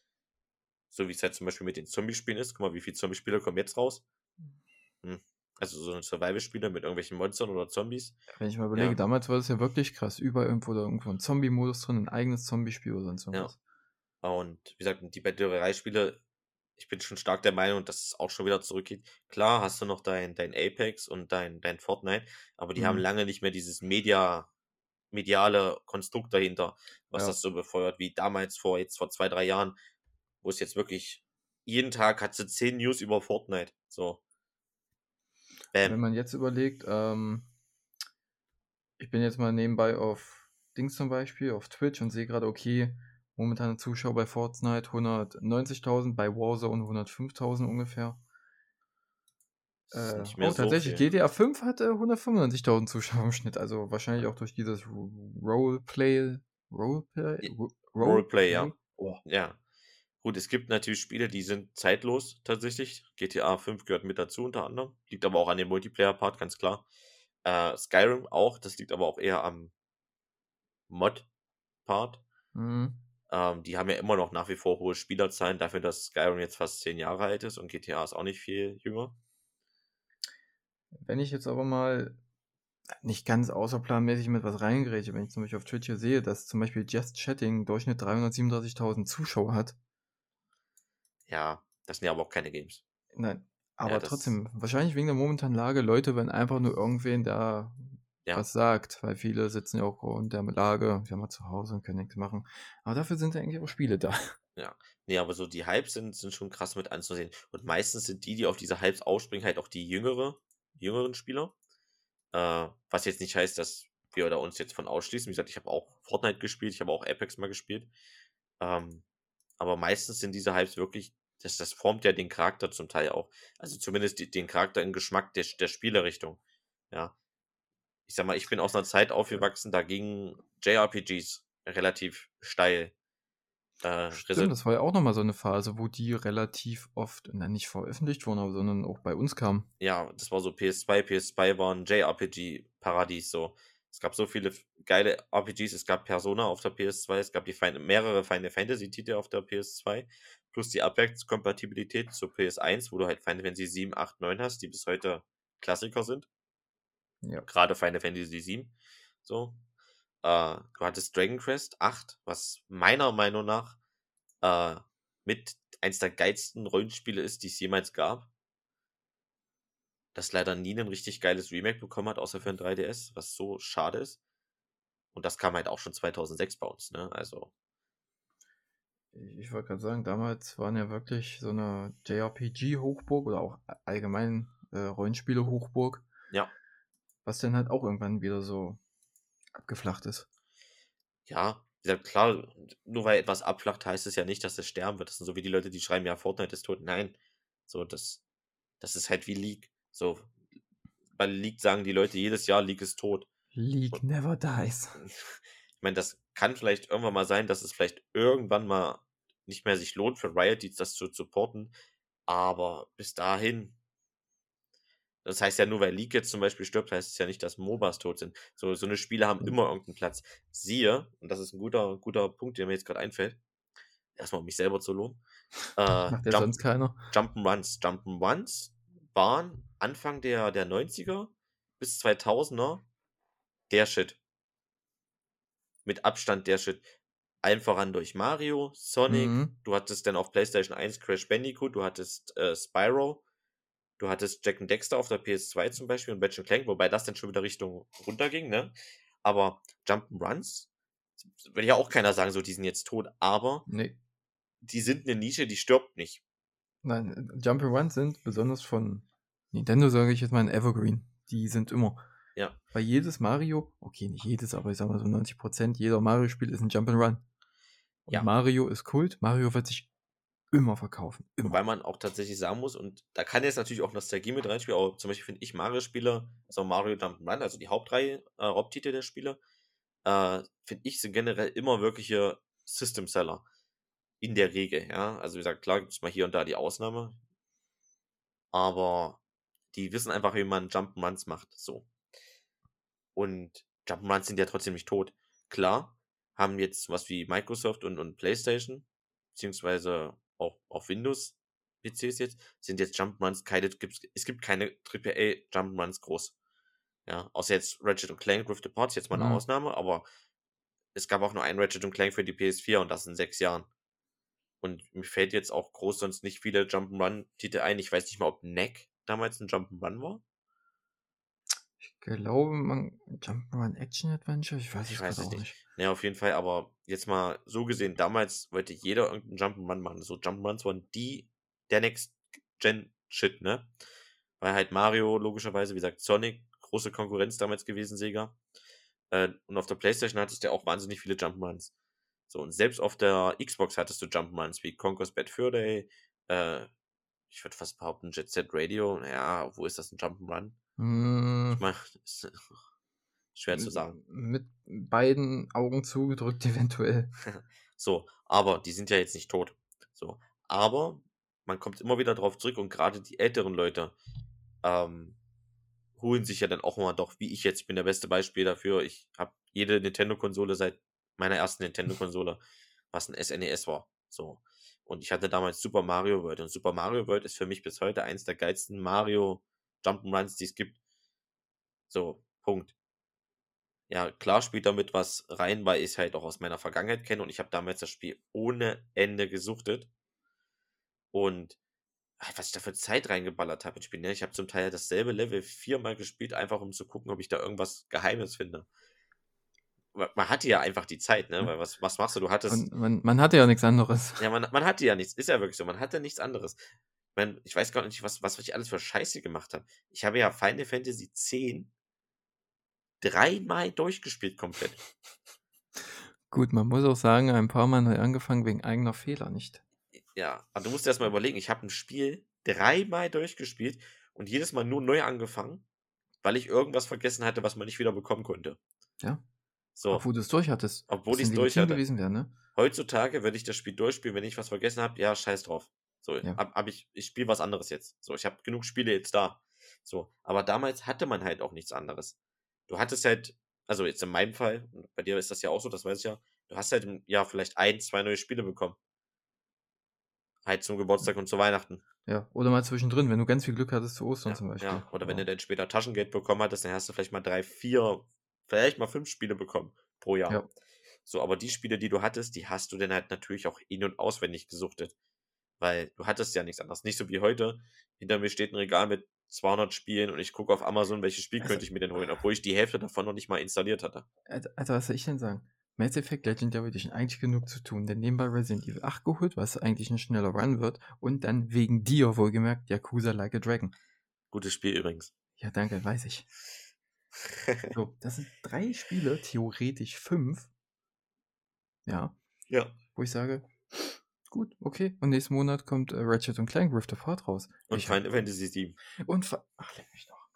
So wie es halt zum Beispiel mit den Zombie-Spielen ist. Guck mal, wie viele Zombie-Spiele kommen jetzt raus? Hm. Also so ein Survival-Spiele mit irgendwelchen Monstern oder Zombies. Wenn ich mal überlege, Ja, damals war das ja wirklich krass. Überall irgendwo da irgendwo ein Zombie-Modus drin, ein eigenes Zombie-Spiel oder sonst ja. irgendwas. Und wie gesagt, die Battle-Royale-Spiele, ich bin schon stark der Meinung, dass es auch schon wieder zurückgeht. Klar hast du noch dein dein Apex und dein dein Fortnite, aber die haben Mhm. lange nicht mehr dieses Media mediale Konstrukt dahinter, was Ja. das so befeuert, wie damals vor jetzt vor zwei, drei Jahren, wo es jetzt wirklich jeden Tag hat sie zehn News über Fortnite, so. Bam. Wenn man jetzt überlegt, ähm ich bin jetzt mal nebenbei auf Dings zum Beispiel, auf Twitch und sehe gerade, okay, momentane Zuschauer bei Fortnite hundertneunzigtausend, bei Warzone hundertfünftausend ungefähr. Das ist Äh, nicht mehr oh, so tatsächlich, viel. G T A fünf hatte hundertfünfundneunzigtausend Zuschauer im Schnitt, also wahrscheinlich auch durch dieses R Roleplay Roleplay J Ro Roleplay, ja. Roleplay? Oh. Ja. Gut, es gibt natürlich Spiele, die sind zeitlos tatsächlich. G T A fünf gehört mit dazu unter anderem, liegt aber auch an dem Multiplayer-Part, ganz klar. Äh, Skyrim auch, das liegt aber auch eher am Mod-Part. Mhm. Ähm, die haben ja immer noch nach wie vor hohe Spielerzahlen dafür, dass Skyrim jetzt fast zehn Jahre alt ist und G T A ist auch nicht viel jünger. Wenn ich jetzt aber mal nicht ganz außerplanmäßig mit was reingrätsche, wenn ich zum Beispiel auf Twitch hier sehe, dass zum Beispiel Just Chatting im Durchschnitt dreihundertsiebenunddreißigtausend Zuschauer hat. Ja, das sind ja aber auch keine Games. Nein, Ja, aber das trotzdem, wahrscheinlich wegen der momentanen Lage, Leute, wenn einfach nur irgendwen da ja. was sagt, weil viele sitzen ja auch aufgrund der Lage, wir haben mal zu Hause und können nichts machen. Aber dafür sind ja eigentlich auch Spiele da. Ja. Ne, aber so die Hypes sind sind schon krass mit anzusehen. Und meistens sind die, die auf diese Hypes aufspringen, halt auch die jüngere jüngeren Spieler. Äh, was jetzt nicht heißt, dass wir da uns jetzt von ausschließen. Wie gesagt, ich habe auch Fortnite gespielt, ich habe auch Apex mal gespielt. Ähm, aber meistens sind diese Hypes wirklich das das formt ja den Charakter zum Teil auch. Also zumindest die den Charakter im Geschmack der der Spielerichtung, ja. Ich sage mal, ich bin aus 'ner Zeit Ja. aufgewachsen, da gingen J R P Gs relativ steil. Äh, Stimmt, Reset das war ja auch noch mal so 'ne Phase, wo die relativ oft na, nicht veröffentlicht wurden, aber sondern auch bei uns kamen. Ja, das war so P S zwei. P S zwei war 'n J R P G-Paradies so. Es gab so viele f geile R P Gs. Es gab Persona auf der P S zwei, es gab die Fin mehrere Final Fantasy-Titel auf der P S zwei, plus die Abwärtskompatibilität zur P S eins, wo du halt Final Fantasy sieben, acht, neun hast, die bis heute Klassiker sind. Ja. Grade Final Fantasy sieben, so. Äh, du hattest Dragon Quest acht, was meiner Meinung nach, äh, mit eins der geilsten Rollenspiele ist, die es jemals gab. Das leider nie 'nen richtig geiles Remake bekommen hat, außer für 'n drei D S, was so schade ist. Und das kam halt auch schon zweitausendsechs bei uns, ne? Also I ich wollte grad sagen, damals waren ja wirklich so 'ne J R P G-Hochburg oder auch a allgemein, äh, Rollenspiele-Hochburg Ja. was dann halt auch irgendwann wieder so abgeflacht ist. Ja, wie gesagt, klar, nur weil etwas abflacht, heißt es ja nicht, dass es sterben wird. Das sind so wie die Leute, die schreiben: „Ja, Fortnite ist tot.“ Nein, so das das ist halt wie League. So, bei League sagen die Leute jedes Jahr: „League ist tot.“ League Und never dies. ich meine, das kann vielleicht irgendwann mal sein, dass es vielleicht irgendwann mal nicht mehr sich lohnt für Riot, die das zu supporten, aber bis dahin das heißt ja nur, weil League jetzt zum Beispiel stirbt, heißt es ja nicht, dass MOBAs tot sind. So so 'ne Spiele haben Mhm. immer irgend 'n Platz. Siehe, und das ist 'n guter guter Punkt, der mir jetzt grad einfällt, erst mal um mich selber zu loben, äh, Macht ja Jump sonst keiner. Jump'n'Runs. Jump'n'Runs waren Anfang der der Neunziger bis zweitausender der Shit. Mit Abstand der Shit. Allen voran durch Mario, Sonic, Mhm. du hattest dann auf PlayStation eins Crash Bandicoot, du hattest, äh, Spyro, du hattest Jak and Daxter auf der P S zwei zum Beispiel und Ratchet& Clank, wobei das dann schon wieder Richtung runter ging, ne? Aber Jump'n'Runs will ja auch keiner sagen, so, die sind jetzt tot, aber Ne. die sind 'ne Nische, die stirbt nicht. Nein, äh, Jump'n'Runs sind besonders von Nintendo, sage ich jetzt mal, 'n Evergreen. Die sind immer. Ja. Weil jedes Mario okay, nicht jedes, aber ich sage mal so neunzig Prozent jeder Mario-Spiel ist 'n Jump'n'Run. Und Ja. Mario ist Kult. Mario wird sich immer verkaufen, Wobei immer. man auch tatsächlich sagen muss, und da kann jetzt natürlich auch Nostalgie mit reinspielen, aber zum Beispiel finde ich Mario-Spiele, also Mario Jump'n'Run, also die Hauptreihe, äh, Haupttitel der Spiele, äh, finde ich, sind generell immer wirkliche System-Seller. In der Regel, ja. Also, wie gesagt, klar gibt's mal hier und da die Ausnahme. Aber die wissen einfach, wie man Jump'n'Runs macht, so. Und Jump'n'Runs sind ja trotzdem nicht tot. Klar, haben jetzt so was wie Microsoft und und PlayStation, beziehungsweise auch auf Windows-PCs jetzt, sind jetzt Jump'n'Runs keine gibt's es gibt keine Triple A Jump'n'Runs groß. Ja, außer jetzt Ratchet& Clank Rift Apart ist jetzt mal 'ne Mhm. Ausnahme, aber es gab auch nur ein Ratchet& Clank für die P S vier und das in sechs Jahren. Und mir fällt jetzt auch groß sonst nicht viele Jump'n'Run-Titel ein. Ich weiß nicht mal, ob Neck damals ein Jump'n'Run war. Ich glaube, man Jump'n'Run Action Adventure, ich weiß Ich es weiß gerade es auch nicht. nicht. Ne, auf jeden Fall, aber jetzt mal so gesehen, damals wollte jeder irgendeinen Jump'n'Run machen. So Jump'n'Runs waren die der Next-Gen-Shit, ne? Weil halt Mario logischerweise, wie gesagt, Sonic, große Konkurrenz damals gewesen, Sega. Äh, und auf der PlayStation hattest du ja auch wahnsinnig viele Jump'n'Runs. So, und selbst auf der Xbox hattest du Jump'n'Runs wie Conker's Bad Fur Day, äh, ich würde fast behaupten, Jet Set Radio. Naja, wo ist das ein Jump'n'Run? Hm, Ich meine, ist schwer zu sagen. mit beiden Augen zugedrückt eventuell. So, aber die sind ja jetzt nicht tot. So, aber man kommt immer wieder drauf zurück und gerade die älteren Leute ähm, holen sich ja dann auch mal doch, wie ich jetzt, ich bin der beste Beispiel dafür. Ich habe jede Nintendo-Konsole seit meiner ersten Nintendo-Konsole, was ein S N E S war. So. Und ich hatte damals Super Mario World. Und Super Mario World ist für mich bis heute eins der geilsten Mario Jump'n'Runs, die es gibt. So, Punkt. Ja, klar spielt damit was rein, weil ich es halt auch aus meiner Vergangenheit kenne und ich habe damals das Spiel ohne Ende gesuchtet. Und ah, was ich da für Zeit reingeballert habe ins Spiel, ne? Ich habe zum Teil dasselbe Level viermal gespielt, einfach um zu gucken, ob ich da irgendwas Geheimes finde. Ma man hatte ja einfach die Zeit, ne? Ja. Weil was was machst du? Du hattest Und man, man hatte ja nichts anderes. ja, man man hatte ja nichts. Ist ja wirklich so. Man hatte nichts anderes. Ich meine, ich weiß gar nicht, was was ich alles für Scheiße gemacht habe. Ich habe ja Final Fantasy X dreimal durchgespielt komplett. Gut, man muss auch sagen, ein paar Mal neu angefangen wegen eigener Fehler, nicht? Ja, aber du musst dir erst mal überlegen, ich habe ein Spiel dreimal durchgespielt und jedes Mal nur neu angefangen, weil ich irgendwas vergessen hatte, was man nicht wieder bekommen konnte. Ja. So, Obwohl du es durch hattest. obwohl Was ich denn es durch legitim hatte. gewesen wäre, ne? Heutzutage würde ich das Spiel durchspielen, wenn ich was vergessen habe, ja, scheiß drauf. So, Ja. hab, hab ich, ich spiele was anderes jetzt. So, ich habe genug Spiele jetzt da. So, aber damals hatte man halt auch nichts anderes. Du hattest halt, also jetzt in meinem Fall, und bei dir ist das ja auch so, das weiß ich ja, du hast halt im Jahr vielleicht ein, zwei neue Spiele bekommen. Halt zum Geburtstag und zu Weihnachten. Ja. Oder mal zwischendrin, wenn du ganz viel Glück hattest zu Ostern Ja, zum Beispiel. ja. Oder wenn du Aber, dann später Taschengeld bekommen hattest, dann hast du vielleicht mal drei, vier, vielleicht mal fünf Spiele bekommen pro Jahr. ja. So, aber die Spiele, die du hattest, die hast du dann halt natürlich auch in- und auswendig gesuchtet. Weil du hattest ja nichts anderes. Nicht so wie heute. Hinter mir steht ein Regal mit zweihundert Spielen und ich gucke auf Amazon, welches Spiel Also, könnte ich mir denn holen, obwohl ich die Hälfte davon noch nicht mal installiert hatte. also, also was soll ich denn sagen? Mass Effect Legendary Edition, eigentlich genug zu tun. Denn nebenbei Resident Evil acht geholt, was eigentlich ein schneller Run wird. Und dann wegen dir wohlgemerkt Yakuza Like a Dragon. Gutes Spiel übrigens. Ja, danke, weiß ich. So, das sind drei Spiele, theoretisch fünf. Ja. Ja. Wo ich sage, gut, okay. Und nächsten Monat kommt äh, Ratchet und Clank Rift Apart raus. Und Ich hab, Final Fantasy sieben. und Fa- ach, leck mich doch.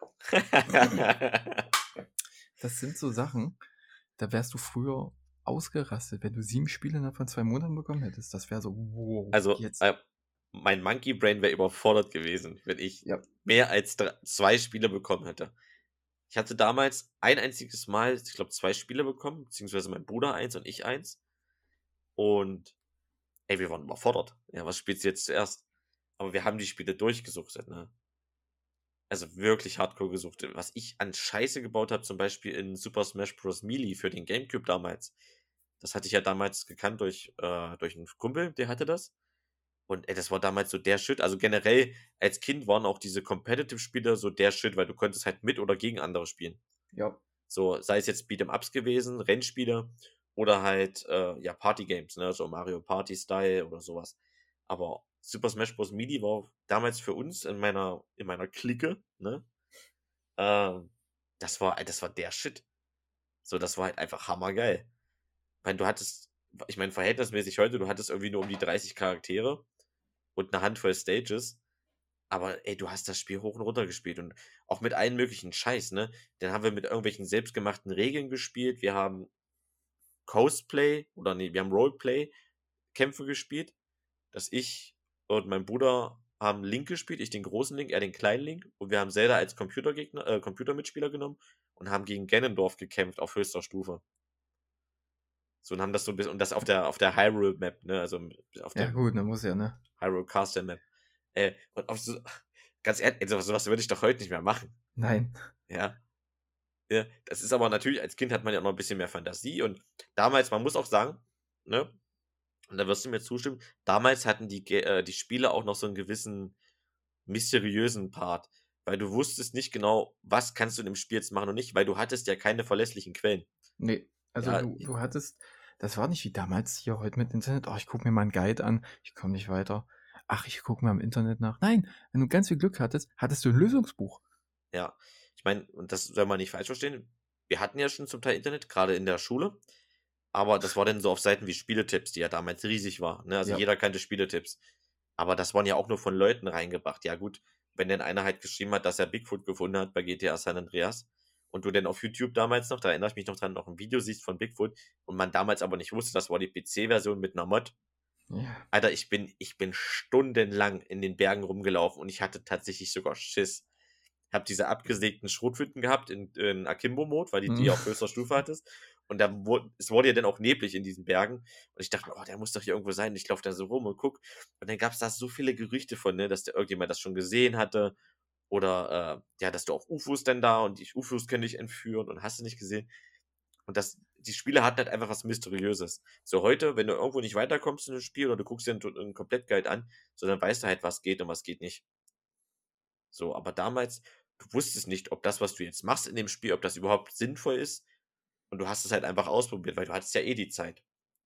Das sind so Sachen, da wärst du früher ausgerastet, wenn du sieben Spiele innerhalb von zwei Monaten bekommen hättest. Das wäre so, wow, Also, jetzt. äh, mein Monkey Brain wäre überfordert gewesen, wenn ich Ja. mehr als drei, zwei Spiele bekommen hätte. Ich hatte damals ein einziges Mal, ich glaube, zwei Spiele bekommen, beziehungsweise mein Bruder eins und ich eins. Und ey, wir waren überfordert. Ja, was spielst du jetzt zuerst? Aber wir haben die Spiele durchgesuchtet, ne? Also wirklich hardcore gesucht. Was ich an Scheiße gebaut habe, zum Beispiel in Super Smash Bros. Melee für den GameCube damals. Das hatte ich ja damals gekannt durch, äh, durch einen Kumpel, der hatte das. Und ey, das war damals so der Shit. Also generell, als Kind waren auch diese Competitive-Spiele so der Shit, weil du konntest halt mit oder gegen andere spielen. Ja. So, sei es jetzt Beat'em-Ups gewesen, Rennspiele oder halt, äh, ja, Party-Games, ne, so Mario Party-Style oder sowas. Aber Super Smash Bros. Melee war damals für uns in meiner, in meiner Clique, ne, ähm, das war, das war der Shit. So, das war halt einfach hammergeil. Ich meine, du hattest, ich meine, verhältnismäßig heute, du hattest irgendwie nur um die dreißig Charaktere und eine Handvoll Stages. Aber ey, du hast das Spiel hoch und runter gespielt und auch mit allen möglichen Scheiß, ne? Dann haben wir mit irgendwelchen selbstgemachten Regeln gespielt. Wir haben Cosplay oder nee, wir haben Roleplay-Kämpfe gespielt, dass ich und mein Bruder haben Link gespielt, ich den großen Link, er den kleinen Link und wir haben Zelda als Computergegner, äh, Computermitspieler genommen und haben gegen Ganondorf gekämpft auf höchster Stufe. So und haben das so ein bisschen, und das auf der auf der Hyrule Map, ne, also auf Ja, dem gut, dann muss ja, ne? Hyrule Castle Map. Äh, und auf so, ganz ehrlich, ey, sowas, sowas würde ich doch heute nicht mehr machen. Nein. Ja. Ja, das ist aber natürlich, als Kind hat man ja auch noch ein bisschen mehr Fantasie und damals, man muss auch sagen, ne, Und da wirst du mir zustimmen, damals hatten die Ge äh, die Spiele auch noch so 'n gewissen mysteriösen Part, weil du wusstest nicht genau, was kannst du in dem Spiel jetzt machen und nicht, weil du hattest ja keine verlässlichen Quellen. Ne, also Ja, du i du hattest das war nicht wie damals hier heute mit Internet: „Oh, ich gucke mir mal 'n Guide an, ich komme nicht weiter. Ach, ich gucke mal im Internet nach.“ Nein, wenn du ganz viel Glück hattest, hattest du 'n Lösungsbuch. Ja, ich meine, und das soll man nicht falsch verstehen. Wir hatten ja schon zum Teil Internet, grade in der Schule, aber das war dann so auf Seiten wie Spieletipps, die ja damals riesig war, ne? Also, Ja. jeder kannte Spieletipps. Aber das waren ja auch nur von Leuten reingebracht. Ja gut, wenn dann einer halt geschrieben hat, dass er Bigfoot gefunden hat bei G T A San Andreas und du dann auf YouTube damals noch, da erinnere ich mich noch dran, noch 'n Video siehst von Bigfoot und man damals aber nicht wusste, das war die P C-Version mit 'ner Mod. Ja. Alter, ich bin ich bin stundenlang in den Bergen rumgelaufen und ich hatte tatsächlich sogar Schiss. Habe diese abgesägten Schrotflinten gehabt in in Akimbo-Mode, weil die Mhm. die auf höchster Stufe hattest. Und da wur es wurde ja dann auch neblig in diesen Bergen. Und ich dachte mir: „Oh, der muss doch hier irgendwo sein.“ Ich laufe da so rum und gucke. Und dann gab's da so viele Gerüchte von, ne, dass da irgendjemand das schon gesehen hatte oder, äh, ja, dass du auch U F Os dann da und die U F Os können dich entführen und hast du nicht gesehen. Und das die Spiele hatten halt einfach was Mysteriöses. So heute, wenn du irgendwo nicht weiterkommst in 'nem Spiel oder du guckst dir 'n t 'n Komplettguide an, so, dann weißt du halt, was geht und was geht nicht. So, aber damals, du wusstest nicht, ob das, was du jetzt machst in dem Spiel, ob das überhaupt sinnvoll ist. Und du hast es halt einfach ausprobiert, weil du hattest ja eh die Zeit.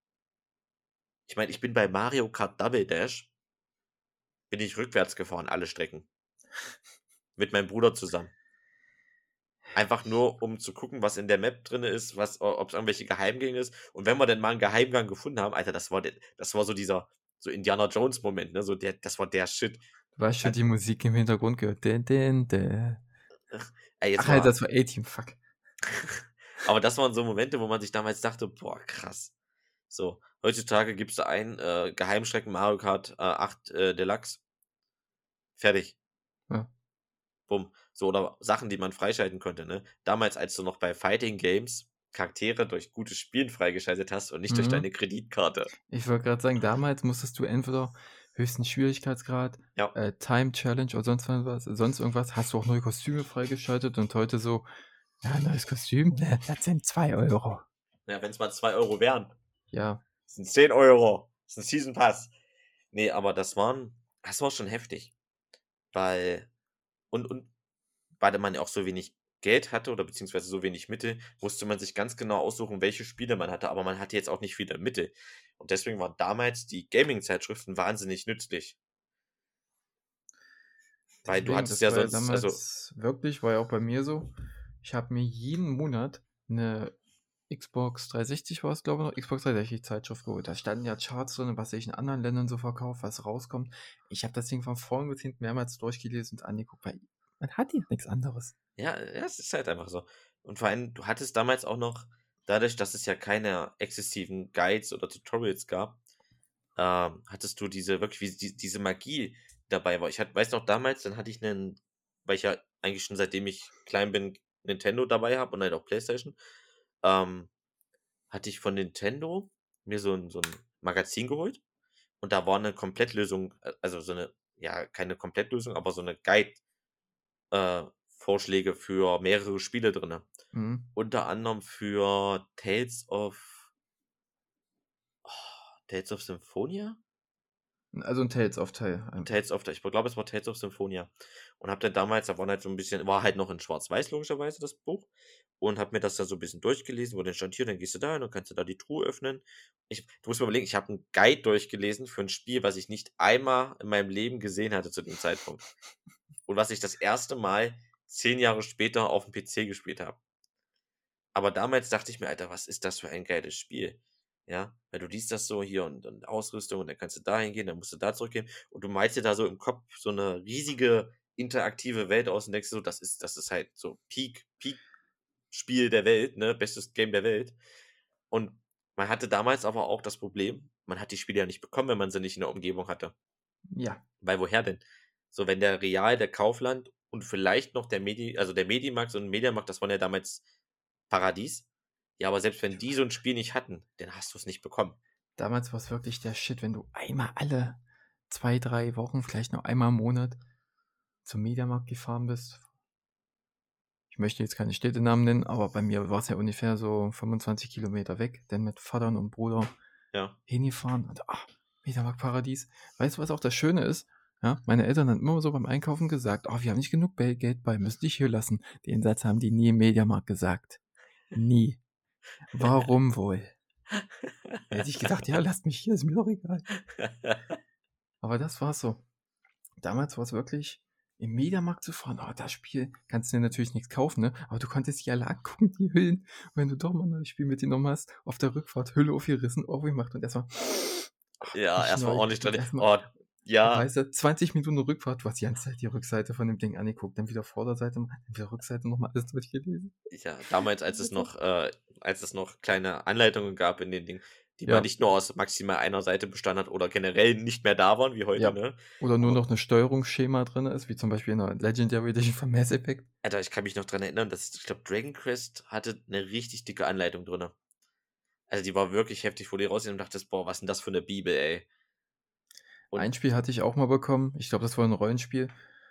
Ich meine, ich bin bei Mario Kart Double Dash bin ich rückwärts gefahren, alle Strecken. Mit meinem Bruder zusammen. Einfach nur, um zu gucken, was in der Map drinne ist, was o ob's irgendwelche Geheimgänge ist. Und wenn wir denn mal 'n Geheimgang gefunden haben, Alter, das war de das war so dieser so Indiana Jones Moment, ne? So der das war der Shit. Du hast schon die Musik im Hintergrund gehört. Dä dän dä. Ach, ey, jetzt Ach halt, mal das war A-Team, fuck. Aber das waren so Momente, wo man sich damals dachte: „Boah, krass.“ So, heutzutage gibst du ein, äh, Geheimstrecken Mario Kart, äh, acht, äh, Deluxe. Fertig. Ja. Bumm. So, oder Sachen, die man freischalten konnte, ne? Damals, als du noch bei Fighting Games Charaktere durch gutes Spielen freigeschaltet hast und nicht durch Mhm. deine Kreditkarte. Ich wollte grad sagen, damals musstest du entweder höchsten Schwierigkeitsgrad, Ja. äh, Time Challenge oder sonst irgendwas sonst irgendwas hast du auch neue Kostüme freigeschaltet und heute so: „Ja, neues Kostüm, ne, das sind zwei Euro.“ Ja, wenn's mal zwei Euro wären. Ja. Sind zehn Euro. Ist 'n Season Pass. Ne, aber das waren das war schon heftig. Weil und und weil man ja auch so wenig Geld hatte oder beziehungsweise so wenig Mittel, musste man sich ganz genau aussuchen, welche Spiele man hatte, aber man hatte jetzt auch nicht viele Mittel. Und deswegen waren damals die Gaming-Zeitschriften wahnsinnig nützlich. Weil du Deswegen, hattest das ja war ja sonst also damals wirklich war ja auch bei mir so, ich habe mir jeden Monat 'ne Xbox dreihundertsechzig war's, glaube ich noch, Xbox dreihundertsechzig Zeitschrift geholt. Da standen ja Charts drin, was sich in anderen Ländern so verkauft, was rauskommt. Ich habe das Ding von vorn bis hinten mehrmals durchgelesen und angeguckt, weil man hatte ja nix anderes. Ja, ja, es ist halt einfach so. Und vor allem, du hattest damals auch noch dadurch, dass es ja keine exzessiven Guides oder Tutorials gab, ähm, hattest du diese wirklich wie die diese Magie dabei war. Ich hatte weiß noch damals, dann hatte ich 'nen weil ich ja eigentlich schon seitdem ich klein bin Nintendo dabei habe und halt auch PlayStation, ähm, hatte ich von Nintendo mir so 'n so 'n Magazin geholt und da war 'ne Komplettlösung, äh, also so 'ne ja, keine Komplettlösung, aber so 'ne Guide äh, Vorschläge für mehrere Spiele drinne. Mhm. Unter anderem für Tales of oh, Tales of Symphonia? Also 'n Tales of Teil 'N einfach. Tales of ich glaube, es war Tales of Symphonia. Und habe dann damals da waren halt so 'n bisschen war halt noch in Schwarz-Weiß logischerweise das Buch und habe mir das da so 'n bisschen durchgelesen, wo dann stand: „Hier, dann gehst du da hin, dann kannst du da die Truhe öffnen.“ Ich du musst mal überlegen, ich habe 'n Guide durchgelesen für 'n Spiel, was ich nicht einmal in meinem Leben gesehen hatte zu dem Zeitpunkt. Und was ich das erste Mal zehn Jahre später aufm P C gespielt habe. Aber damals dachte ich mir: „Alter, was ist das für ein geiles Spiel?“ Ja, weil du liest das so hier und und Ausrüstung und dann kannst du da hingehen, dann musst du da zurückgehen und du malst dir da so im Kopf so 'ne riesige interaktive Welt aus und denkst so, das ist das ist halt so Peak Peak-Spiel der Welt, ne, bestes Game der Welt. Und man hatte damals aber auch das Problem, man hat die Spiele ja nicht bekommen, wenn man sie nicht in der Umgebung hatte. Ja. Weil woher denn? So, wenn der Real, der Kaufland und vielleicht noch der Medi also der Mediamarkt so 'n Mediamarkt, das waren ja damals Paradies. Ja, aber selbst wenn die so 'n Spiel nicht hatten, dann hast du's nicht bekommen. Damals war's wirklich der Shit, wenn du einmal alle zwei, drei Wochen, vielleicht noch einmal im Monat zum Mediamarkt gefahren bist. Ich möchte jetzt keine Städtenamen nennen, aber bei mir war's ja ungefähr so fünfundzwanzig Kilometer weg, denn mit Vater und Bruder Ja. hingefahren und ah, Mediamarkt Paradies. Weißt du, was auch das Schöne ist? Ja, meine Eltern haben immer so beim Einkaufen gesagt, oh, wir haben nicht genug Be- Geld bei, müssen dich hier lassen. Den Satz haben die nie im Mediamarkt gesagt. Nie. Warum wohl? Hätte ich gedacht, ja, lasst mich hier, ist mir doch egal. Aber das war so. Damals war es wirklich, im Mediamarkt zu fahren, oh, das Spiel kannst du dir natürlich nichts kaufen, ne? Aber du konntest dich alle angucken, die Hüllen. Und wenn du doch mal ein neues Spiel mitgenommen hast, auf der Rückfahrt Hülle aufgerissen, aufgemacht und erstmal Ja, nicht erstmal neu. ordentlich Und drin. erstmal, Oh, ja, weißt du, zwanzig Minuten Rückfahrt, du hast die ganze Zeit die Rückseite von dem Ding angeguckt, dann wieder Vorderseite, dann wieder Rückseite nochmal alles durchgelesen. ja, damals, als es noch, äh, als es noch kleine Anleitungen gab in den Dingen, die man Ja, nicht nur aus maximal einer Seite bestanden hat oder generell nicht mehr da waren, wie heute, ja. ne? Oder nur Aber, noch eine Steuerungsschema drin ist, wie zum Beispiel in der Legendary Edition von Mass Effect. Alter, ich kann mich noch dran erinnern, dass, ich glaube, Dragon Quest hatte eine richtig dicke Anleitung drin. Also die war wirklich heftig, wo die rausgehen und dachtest, boah, was ist denn das für eine Bibel, ey? Und Ein Spiel hatte ich auch mal bekommen, ich glaube, das war ein Rollenspiel.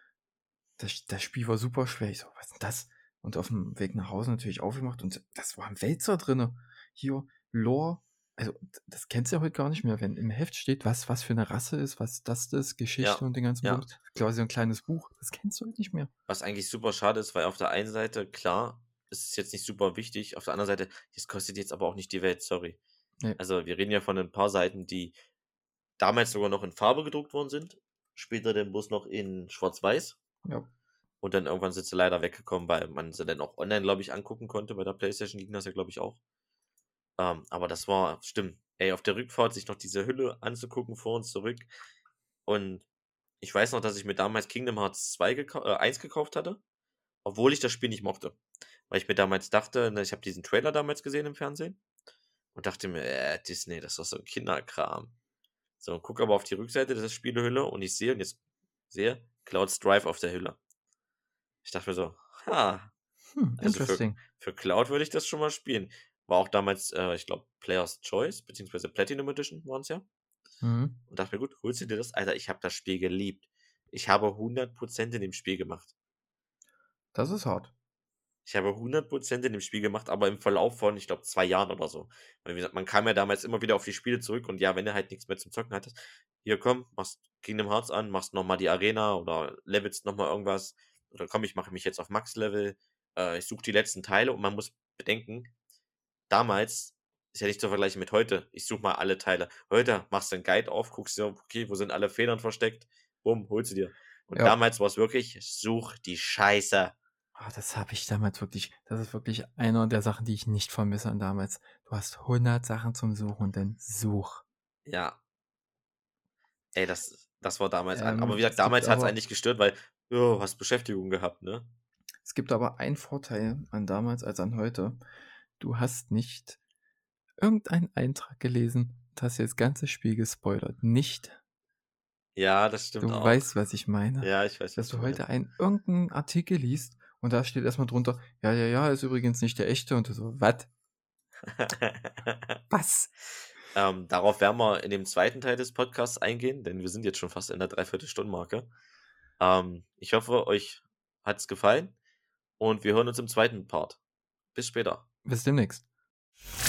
Das, das Spiel war super schwer. Ich so, was ist denn das? Und auf dem Weg nach Hause natürlich aufgemacht und das war ein Wälzer drin. Hier, Lore. Also, das kennst du ja heute gar nicht mehr, wenn im Heft steht, was, was für eine Rasse ist, was das ist, Geschichte ja, und den ganzen ja. Bums. Quasi ein kleines Buch. Das kennst du heute nicht mehr. Was eigentlich super schade ist, weil auf der einen Seite, klar, ist es jetzt nicht super wichtig, auf der anderen Seite, das kostet jetzt aber auch nicht die Welt, sorry. Nee. Also wir reden ja von ein paar Seiten, die damals sogar noch in Farbe gedruckt worden sind, später dann bloß noch in Schwarz-Weiß. Ja. Und dann irgendwann sind sie leider weggekommen, weil man sie dann auch online, glaube ich, angucken konnte. Bei der PlayStation ging das ja, glaube ich, auch. Ähm, aber das war, stimmt. Ey, auf der Rückfahrt sich noch diese Hülle anzugucken, vor und zurück. Und ich weiß noch, dass ich mir damals Kingdom Hearts zwei gekau äh, eins gekauft hatte, obwohl ich das Spiel nicht mochte. Weil ich mir damals dachte, ne, ich habe diesen Trailer damals gesehen im Fernsehen und dachte mir, äh, Disney, das ist doch so ein Kinderkram. So, und guck aber auf die Rückseite der Spielehülle und ich sehe, und jetzt sehe, Cloud's Drive auf der Hülle. Ich dachte mir so, ha, Hm, also für, interesting. für Cloud würde ich das schon mal spielen. War auch damals, äh, ich glaube, Player's Choice, beziehungsweise Platinum Edition waren es ja. Mhm. Und dachte mir, gut, holst du dir das? Alter, ich habe das Spiel geliebt. Ich habe hundert Prozent in dem Spiel gemacht. Das ist hart. Ich habe hundert Prozent in dem Spiel gemacht, aber im Verlauf von, ich glaube, zwei Jahren oder so. Weil, wie gesagt, man kam ja damals immer wieder auf die Spiele zurück und ja, wenn du halt nichts mehr zum Zocken hattest, hier komm, machst Kingdom Hearts an, machst nochmal die Arena oder levelst nochmal irgendwas. Oder komm, ich mache mich jetzt auf Max-Level. Äh, ich suche die letzten Teile und man muss bedenken, damals ist ja nicht zu vergleichen mit heute. Ich suche mal alle Teile. Heute machst du einen Guide auf, guckst dir, okay, wo sind alle Federn versteckt? Bumm, holst du dir. Und Ja. damals war es wirklich, such die Scheiße. Ah, das habe ich damals wirklich, das ist wirklich einer der Sachen, die ich nicht vermisse an damals. Du hast hundert Sachen zum Suchen und dann such. Ja, ey, das, das war damals an. Aber wie Ähm, gesagt, es gibt damals hat es aber, einen nicht gestört, weil, ja, hast Beschäftigung gehabt, ne? es gibt aber einen Vorteil an damals als an heute. Du hast nicht irgendeinen Eintrag gelesen und hast dir das ganze Spiel gespoilert. Nicht. Ja, das stimmt Du auch. weißt, was ich meine. Ja, ich weiß, was Dass du du heute meinst. einen irgendeinen Artikel liest und da steht erstmal drunter, ja, ja, ja, ist übrigens nicht der echte und du so, was? Was? ähm, darauf werden wir in dem zweiten Teil des Podcasts eingehen, denn wir sind jetzt schon fast in der Dreiviertelstundenmarke. Ähm, ich hoffe, euch hat es gefallen und wir hören uns im zweiten Part. Bis später. Bis demnächst.